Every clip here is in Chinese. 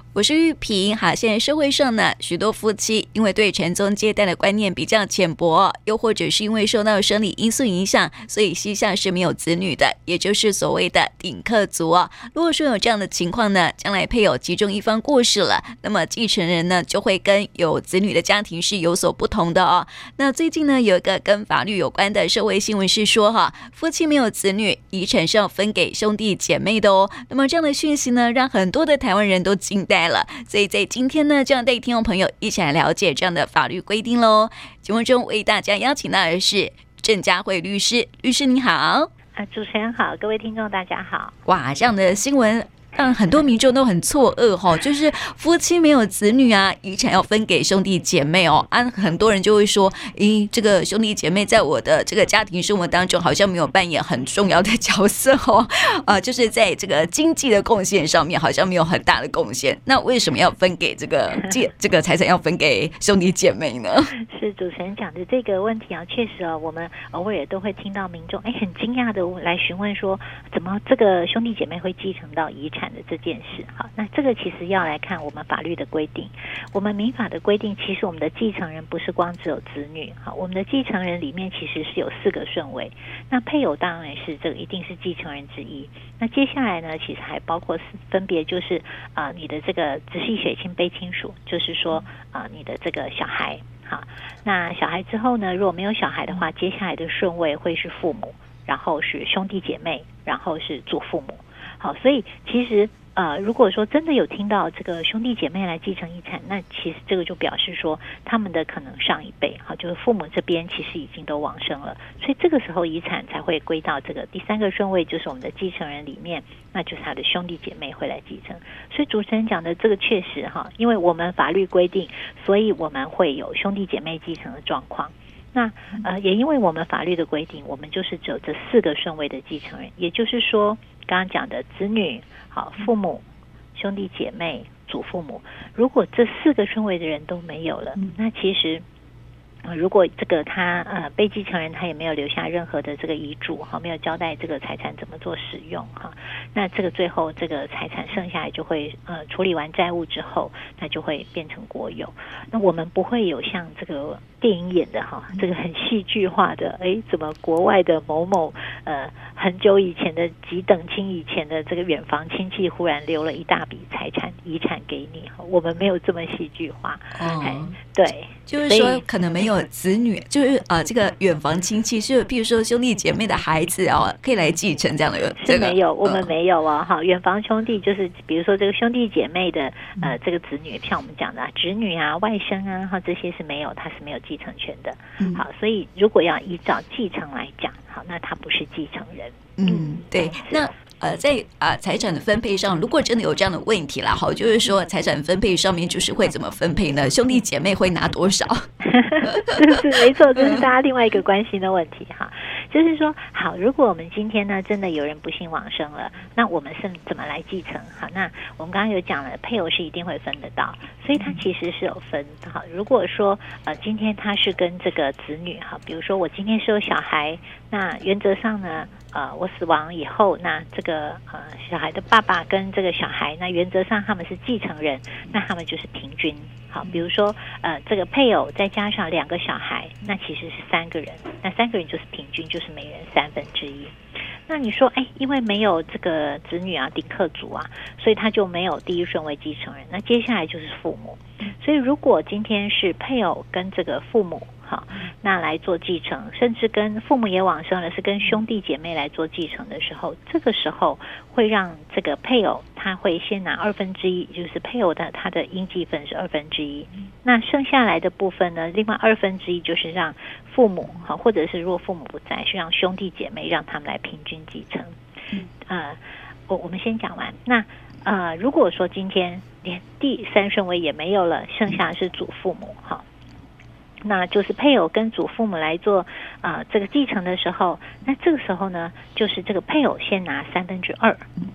我是玉萍。好，现在社会上呢，许多夫妻因为对传宗接代的观念比较浅薄，又或者是因为受到生理因素影响，所以膝下是没有子女的，也就是所谓的顶客族哦。如果说有这样的情况呢，将来配偶其中一方过世了，那么继承人呢就会跟有子女的家庭是有所不同的哦。那最近呢，有一个跟法律有关的社会新闻是说夫妻没有子女，遗产是要分给兄弟姐妹的哦。那么这样的讯息呢，让很多的台湾人都惊呆了。所以在今天呢，就要带听众朋友一起来了解这样的法律规定喽。节目中为大家邀请到的是郑佳慧律师，律师你好。 主持人好，各位听众大家好。 哇，这样的新闻让很多民众都很错愕就是夫妻没有子女啊，遗产要分给兄弟姐妹哦。很多人就会说，这个兄弟姐妹在我的这个家庭生活当中好像没有扮演很重要的角色就是在这个经济的贡献上面好像没有很大的贡献。那为什么要分给这个财产要分给兄弟姐妹呢？ 是主持人讲的这个问题啊，确实我们偶尔也都会听到民众很惊讶的来询问说，怎么这个兄弟姐妹会继承到遗产的这件事。好，那这个其实要来看我们法律的规定。我们民法的规定，其实我们的继承人不是光只有子女。好，我们的继承人里面其实是有4个顺位。那配偶当然是这个一定是继承人之一。那接下来呢，其实还包括分别就是你的这个直系血亲卑亲属，就是说你的这个小孩。好，那小孩之后呢，如果没有小孩的话，接下来的顺位会是父母，然后是兄弟姐妹，然后是祖父母。好，所以其实如果说真的有听到这个兄弟姐妹来继承遗产，那其实这个就表示说他们的可能上一辈，好，就是父母这边其实已经都往生了，所以这个时候遗产才会归到这个第3个顺位，就是我们的继承人里面，那就是他的兄弟姐妹会来继承。所以主持人讲的这个确实因为我们法律规定，所以我们会有兄弟姐妹继承的状况。那也因为我们法律的规定，我们就是只有这4个顺位的继承人，也就是说刚刚讲的子女、父母、兄弟姐妹、祖父母，如果这4个顺位的人都没有了，那其实如果这个他被继承人他也没有留下任何的这个遗嘱没有交代这个财产怎么做使用那这个最后这个财产剩下来就会处理完债务之后，那就会变成国有。那我们不会有像这个电影演的这个很戏剧化的怎么国外的某某很久以前的几等亲以前的这个远房亲戚忽然留了一大笔财产遗产给你，我们没有这么戏剧化。对， 就是说可能没有子女，就是这个远房亲戚是比如说兄弟姐妹的孩子可以来继承这样的是没有，我们没有远房兄弟就是比如说这个兄弟姐妹的这个子女，像我们讲的侄女啊、外甥啊这些是没有，他是没有继承权的。好，所以如果要依照继承来讲，好，那他不是继承人。 对，那在财产的分配上，如果真的有这样的问题啦，就是说财产分配上面就是会怎么分配呢？兄弟姐妹会拿多少？ 是没错，这是大家另外一个关心的问题就是说，好，如果我们今天呢真的有人不幸往生了，那我们是怎么来继承？好，那我们刚刚有讲了，配偶是一定会分得到，所以他其实是有分。好，如果说今天他是跟这个子女比如说我今天是有小孩，那原则上呢我死亡以后，那这个小孩的爸爸跟这个小孩，那原则上他们是继承人，那他们就是平均。好，比如说这个配偶再加上2个小孩，那其实是3个人，那3个人就是平均，就是每人1/3。那你说因为没有这个子女顶客族所以他就没有第一顺位继承人，那接下来就是父母。所以如果今天是配偶跟这个父母那来做继承，甚至跟父母也往生了，是跟兄弟姐妹来做继承的时候，这个时候会让这个配偶他会先拿1/2，就是配偶的他的应继分是1/2，那剩下来的部分呢，另外1/2就是让父母或者是如果父母不在，是让兄弟姐妹让他们来平均继承。我们先讲完。那如果说今天连第3顺位也没有了，剩下的是祖父母那就是配偶跟祖父母来做这个继承的时候，那这个时候呢，就是这个配偶先拿2/3，那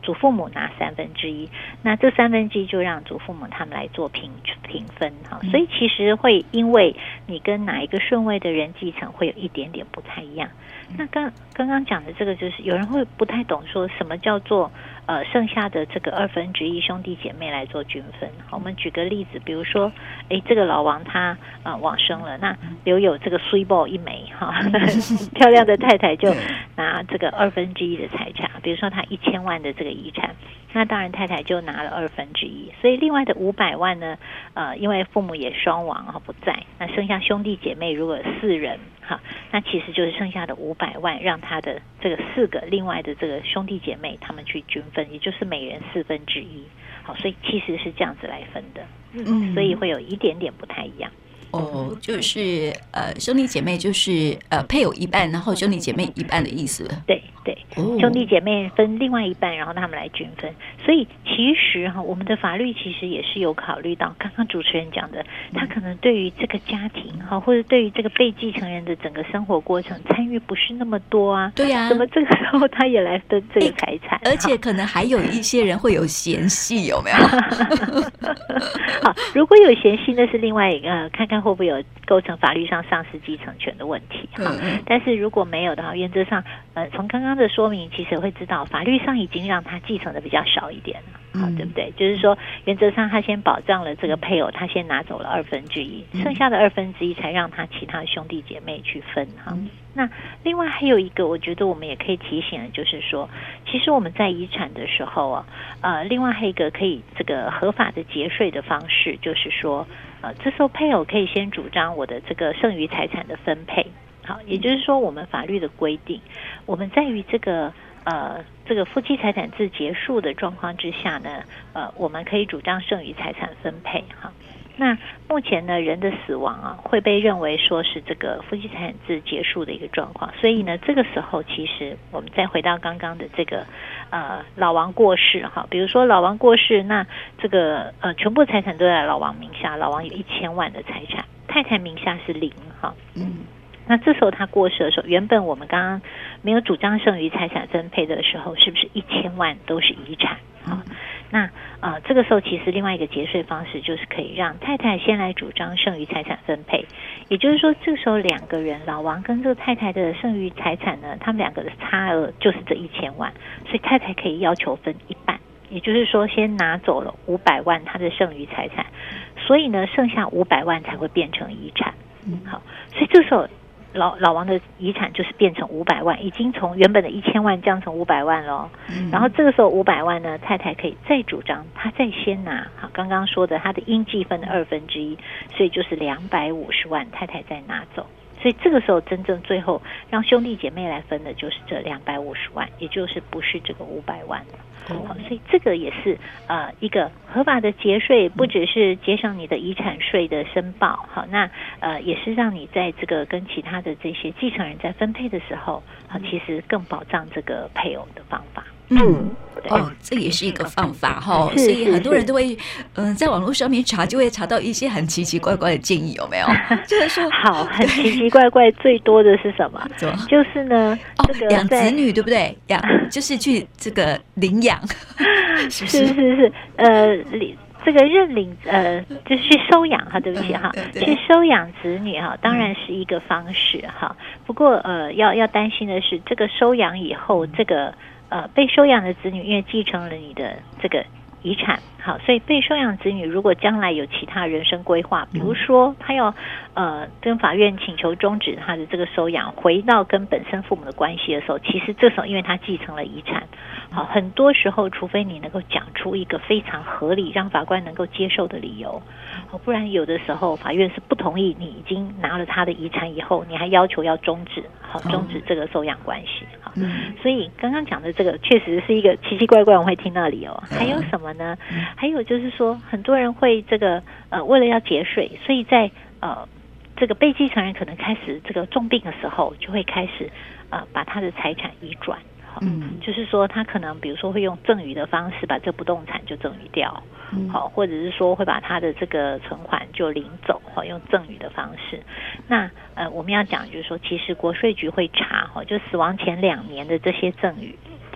祖父母拿1/3，那这1/3就让祖父母他们来做平分哈。所以其实会因为你跟哪一个顺位的人继承会有一点点不太一样。那刚刚讲的这个就是有人会不太懂说什么叫做剩下的这个1/2兄弟姐妹来做均分。好，我们举个例子，比如说这个老王他往生了，那留有这个水宝1枚哈，漂亮的太太就拿这个1/2的财产，比如说他1000万的这个遗产，那当然太太就拿了1/2，所以另外的500万呢，因为父母也双亡不在，那剩下兄弟姐妹如果有4人哈，那其实就是剩下的500万，让他的这个4个另外的这个兄弟姐妹他们去均分，也就是每人1/4。好，所以其实是这样子来分的，所以会有一点点不太一样。 就是兄弟姐妹就是配偶一半，然后兄弟姐妹一半的意思。 对，兄弟姐妹分另外一半，然后他们来均分。所以其实我们的法律其实也是有考虑到刚刚主持人讲的，他可能对于这个家庭或者对于这个被继承人的整个生活过程参与不是那么多啊。 对啊， 怎么这个时候他也来分这个财产？ 而且可能还有一些人会有嫌隙，有没有？ 好，如果有嫌隙，那是另外一个看看会不会有构成法律上丧失继承权的问题哈。但是如果没有的话，原则上从刚刚的说明，其实会知道法律上已经让他继承的比较少一点了，对不对？就是说原则上他先保障了这个配偶，他先拿走了1/2，剩下的1/2才让他其他兄弟姐妹去分哈。那另外还有一个，我觉得我们也可以提醒的，就是说，其实我们在遗产的时候另外还有一个可以这个合法的节税的方式，就是说，这时候配偶可以先主张我的这个剩余财产的分配。好，也就是说，我们法律的规定，我们在于这个夫妻财产制结束的状况之下呢，我们可以主张剩余财产分配哈。那目前呢，人的死亡会被认为说是这个夫妻财产制结束的一个状况，所以呢，这个时候其实我们再回到刚刚的这个老王过世哈，比如说老王过世，那这个全部财产都在老王名下，老王有1000万的财产，太太名下是0哈。那这时候他过世的时候，原本我们刚刚没有主张剩余财产分配的时候，是不是1000万都是遗产？好，那这个时候其实另外一个节税方式就是可以让太太先来主张剩余财产分配，也就是说这个时候2个人，老王跟这个太太的剩余财产呢，他们2个的差额就是这1000万，所以太太可以要求分一半，也就是说先拿走了500万他的剩余财产，所以呢剩下500万才会变成遗产。好，所以这时候老王的遗产就是变成500万，已经从原本的1000万降成500万了。然后这个时候500万呢，太太可以再主张，他再先拿好刚刚说的他的应继分的1/2，所以就是250万，太太再拿走。所以这个时候真正最后让兄弟姐妹来分的就是这250万，也就是不是这个500万了。好，所以这个也是一个合法的节税，不只是节省你的遗产税的申报，好，那也是让你在这个跟其他的这些继承人在分配的时候，好，其实更保障这个配偶的方法。 这也是一个方法哈，所以很多人都会在网络上面查，就会查到一些很奇奇怪怪的建议，有没有？就是说， 好，很奇奇怪怪，最多的是什么？就是呢，这个养子女，对不对？就是去这个领养，是这个认领就是去收养哈，对不起哈，去收养子女哈，当然是一个方式哈。不过要担心的是，这个收养以后，这个被收养的子女因为继承了你的这个遗产，好，所以被收养子女如果将来有其他人生规划，比如说他要跟法院请求终止他的这个收养，回到跟本身父母的关系的时候，其实这时候因为他继承了遗产，好，很多时候除非你能够讲出一个非常合理让法官能够接受的理由，好，不然有的时候法院是不同意你已经拿了他的遗产以后，你还要求要终止，好，终止这个收养关系，好，所以刚刚讲的这个确实是一个奇奇怪怪我会听到的理由。还有什么呢？还有就是说，很多人会这个为了要节税，所以在这个被继承人可能开始这个重病的时候，就会开始把他的财产移转。就是说他可能比如说会用赠与的方式把这不动产就赠与掉，好，或者是说会把他的这个存款就领走，用赠与的方式。那我们要讲就是说，其实国税局会查，就死亡前2年的这些赠与，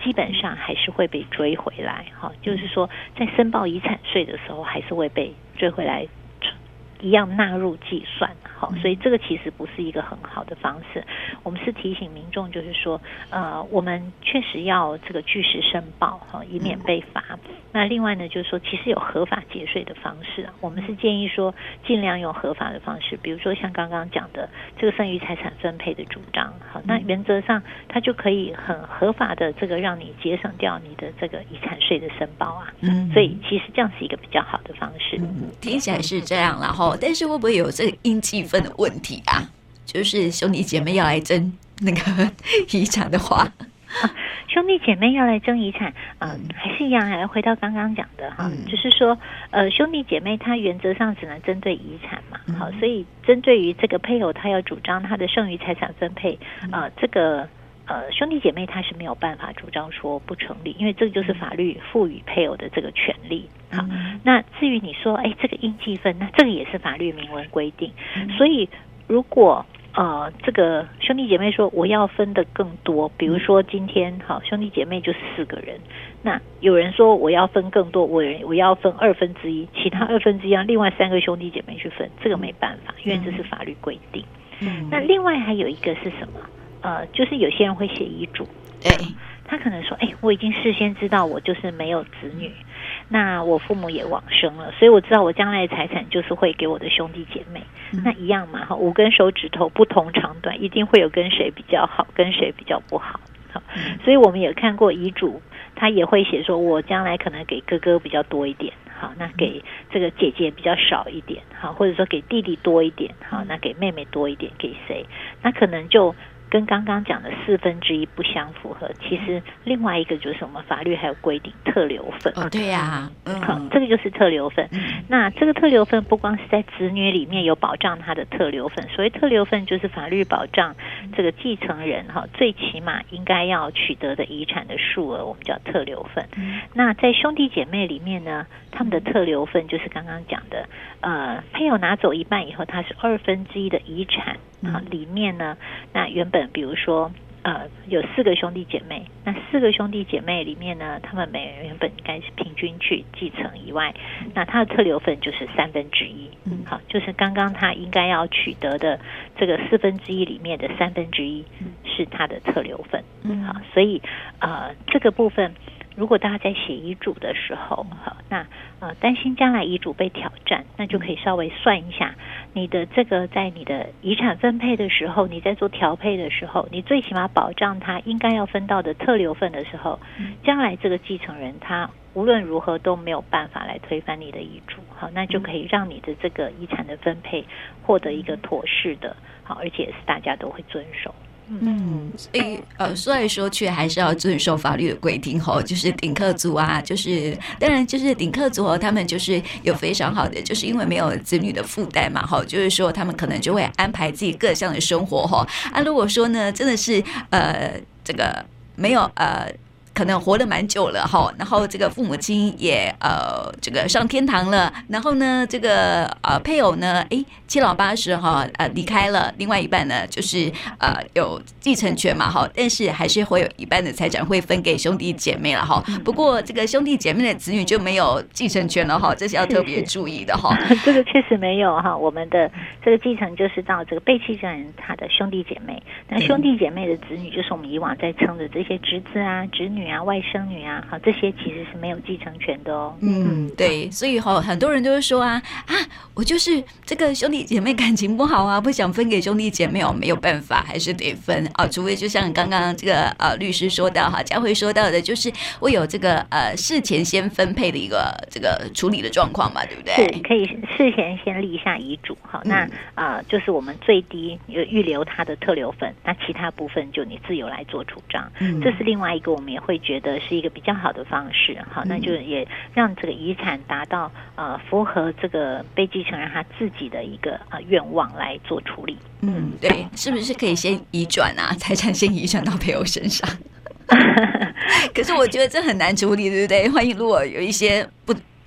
基本上还是会被追回来，就是说在申报遗产税的时候还是会被追回来，一样纳入计算。所以这个其实不是一个很好的方式。我们是提醒民众，就是说我们确实要这个据实申报，以免被罚。那另外呢，就是说其实有合法节税的方式，我们是建议说尽量用合法的方式，比如说像刚刚讲的这个剩余财产分配的主张，那原则上它就可以很合法的这个让你节省掉你的这个遗产税的申报啊。所以其实这样是一个比较好的方式。 听起来是这样啦齁，但是会不会有这个应继分的问题啊？就是兄弟姐妹要来争那个遗产的话， 兄弟姐妹要来争遗产，还是一样，还回到刚刚讲的哈，就是说，兄弟姐妹他原则上只能针对遗产嘛，好，所以针对于这个配偶，他要主张他的剩余财产分配，这个兄弟姐妹他是没有办法主张说不成立，因为这个就是法律赋予配偶的这个权利。好，那至于你说，这个应继分，那这个也是法律明文规定，所以如果这个兄弟姐妹说我要分的更多，比如说今天好兄弟姐妹就是4个人，那有人说我要分更多，我要分1/2，其他1/2让另外3个兄弟姐妹去分，这个没办法，因为这是法律规定。那另外还有一个是什么？就是有些人会写遗嘱， 对， 他可能说，我已经事先知道我就是没有子女，那我父母也往生了，所以我知道我将来的财产就是会给我的兄弟姐妹。那一样嘛，5根手指头不同长短，一定会有跟谁比较好，跟谁比较不好。所以我们也看过遗嘱，他也会写说我将来可能给哥哥比较多一点，好，那给这个姐姐比较少一点，好，或者说给弟弟多一点，好，那给妹妹多一点，给谁？那可能就跟刚刚讲的1/4不相符合。其实另外一个就是我们法律还有规定特留份。 对呀， 好，这个就是特留份。那这个特留份不光是在子女里面有保障他的特留份，所谓特留份就是法律保障这个继承人最起码应该要取得的遗产的数额，我们叫特留份。那在兄弟姐妹里面呢，他们的特留份就是刚刚讲的，配偶拿走一半以后，它是1/2的遗产。里面呢，那原本比如说有4个兄弟姐妹，那4个兄弟姐妹里面呢，他们每人原本应该是平均去继承以外，那他的特留份就是1/3。好，就是刚刚他应该要取得的这个1/4里面的1/3是他的特留份。好，所以这个部分，如果大家在写遗嘱的时候，好，那担心将来遗嘱被挑战，那就可以稍微算一下，你的这个在你的遗产分配的时候，你在做调配的时候，你最起码保障他应该要分到的特留份的时候，将来这个继承人他无论如何都没有办法来推翻你的遗嘱，好，那就可以让你的这个遗产的分配获得一个妥适的，好，而且是大家都会遵守。 所以说来说去还是要遵守法律的规定就是顶客族啊，就是当然就是顶客族他们就是有非常好的，就是因为没有子女的负担嘛就是说他们可能就会安排自己各项的生活如果说呢真的是这个没有可能活得蛮久了然后这个父母亲也这个上天堂了，然后呢这个配偶呢七老八十离开了，另外一半呢就是有继承权嘛但是还是会有一半的财产会分给兄弟姐妹了不过这个兄弟姐妹的子女就没有继承权了这是要特别注意的这个确实没有我们的这个继承就是到这个被继承人他的兄弟姐妹，那兄弟姐妹的子女就是我们以往在称的这些侄子啊、侄女啊、外甥女啊，好，这些其实是没有继承权的哦。 对，所以很多人都会说我就是这个兄弟姐妹感情不好不想分给兄弟姐妹没有办法，还是得分除非就像刚刚这个律师说到佳慧说到的，就是会有这个事前先分配的一个这个处理的状况嘛，对不对？ 是可以事前先立下遗嘱，好，那就是我们最低预留他的特留份，那其他部分就你自由来做主张，这是另外一个我们也会觉得是一个比较好的方式，好，那就也让这个遗产达到符合这个被继承人他自己的一个愿望来做处理。 对，是不是可以先移转财产先移转到配偶身上？可是我觉得这很难处理，对不对？万一如果有一些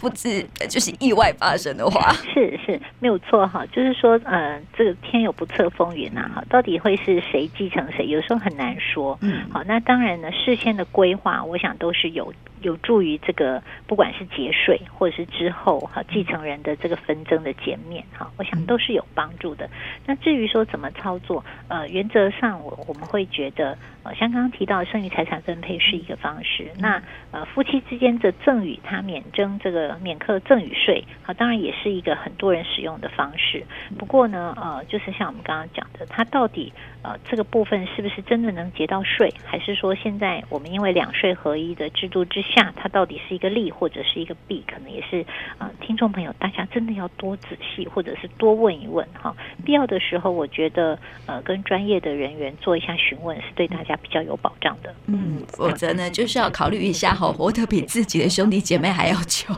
不就是意外发生的话， 是没有错哈，就是说这个天有不测风云啊，哈，到底会是谁继承谁，有时候很难说。好，那当然呢，事先的规划，我想都是有助于这个不管是节税或者是之后哈继承人的这个纷争的减免哈，我想都是有帮助的。那至于说怎么操作，原则上我们会觉得像刚刚提到剩余财产分配是一个方式。那夫妻之间的赠与，他免课赠与税，好，当然也是一个很多人使用的方式。不过呢，就是像我们刚刚讲的，它到底这个部分是不是真的能节到税，还是说现在我们因为两税合一的制度之下，它到底是一个利或者是一个弊，可能也是听众朋友大家真的要多仔细，或者是多问一问哈。必要的时候，我觉得跟专业的人员做一下询问，是对大家比较有保障的。 否则呢，就是要考虑一下哈，活得比自己的兄弟姐妹还要久。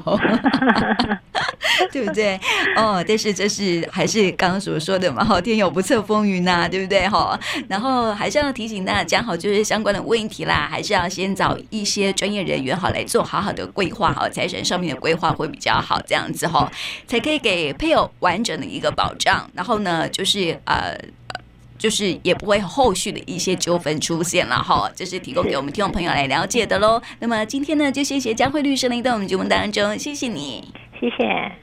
对不对？但是这是还是刚刚所说的嘛，天有不测风云啊，对不对？然后还是要提醒大家，就是相关的问题啦，还是要先找一些专业人员来做好的规划，财产上面的规划会比较好，这样子才可以给配偶完整的一个保障。然后呢，就是也不会后续的一些纠纷出现了这是提供给我们听众朋友来了解的咯。那么今天呢，就谢谢佳慧律师来到我们节目当中，谢谢你， 谢谢。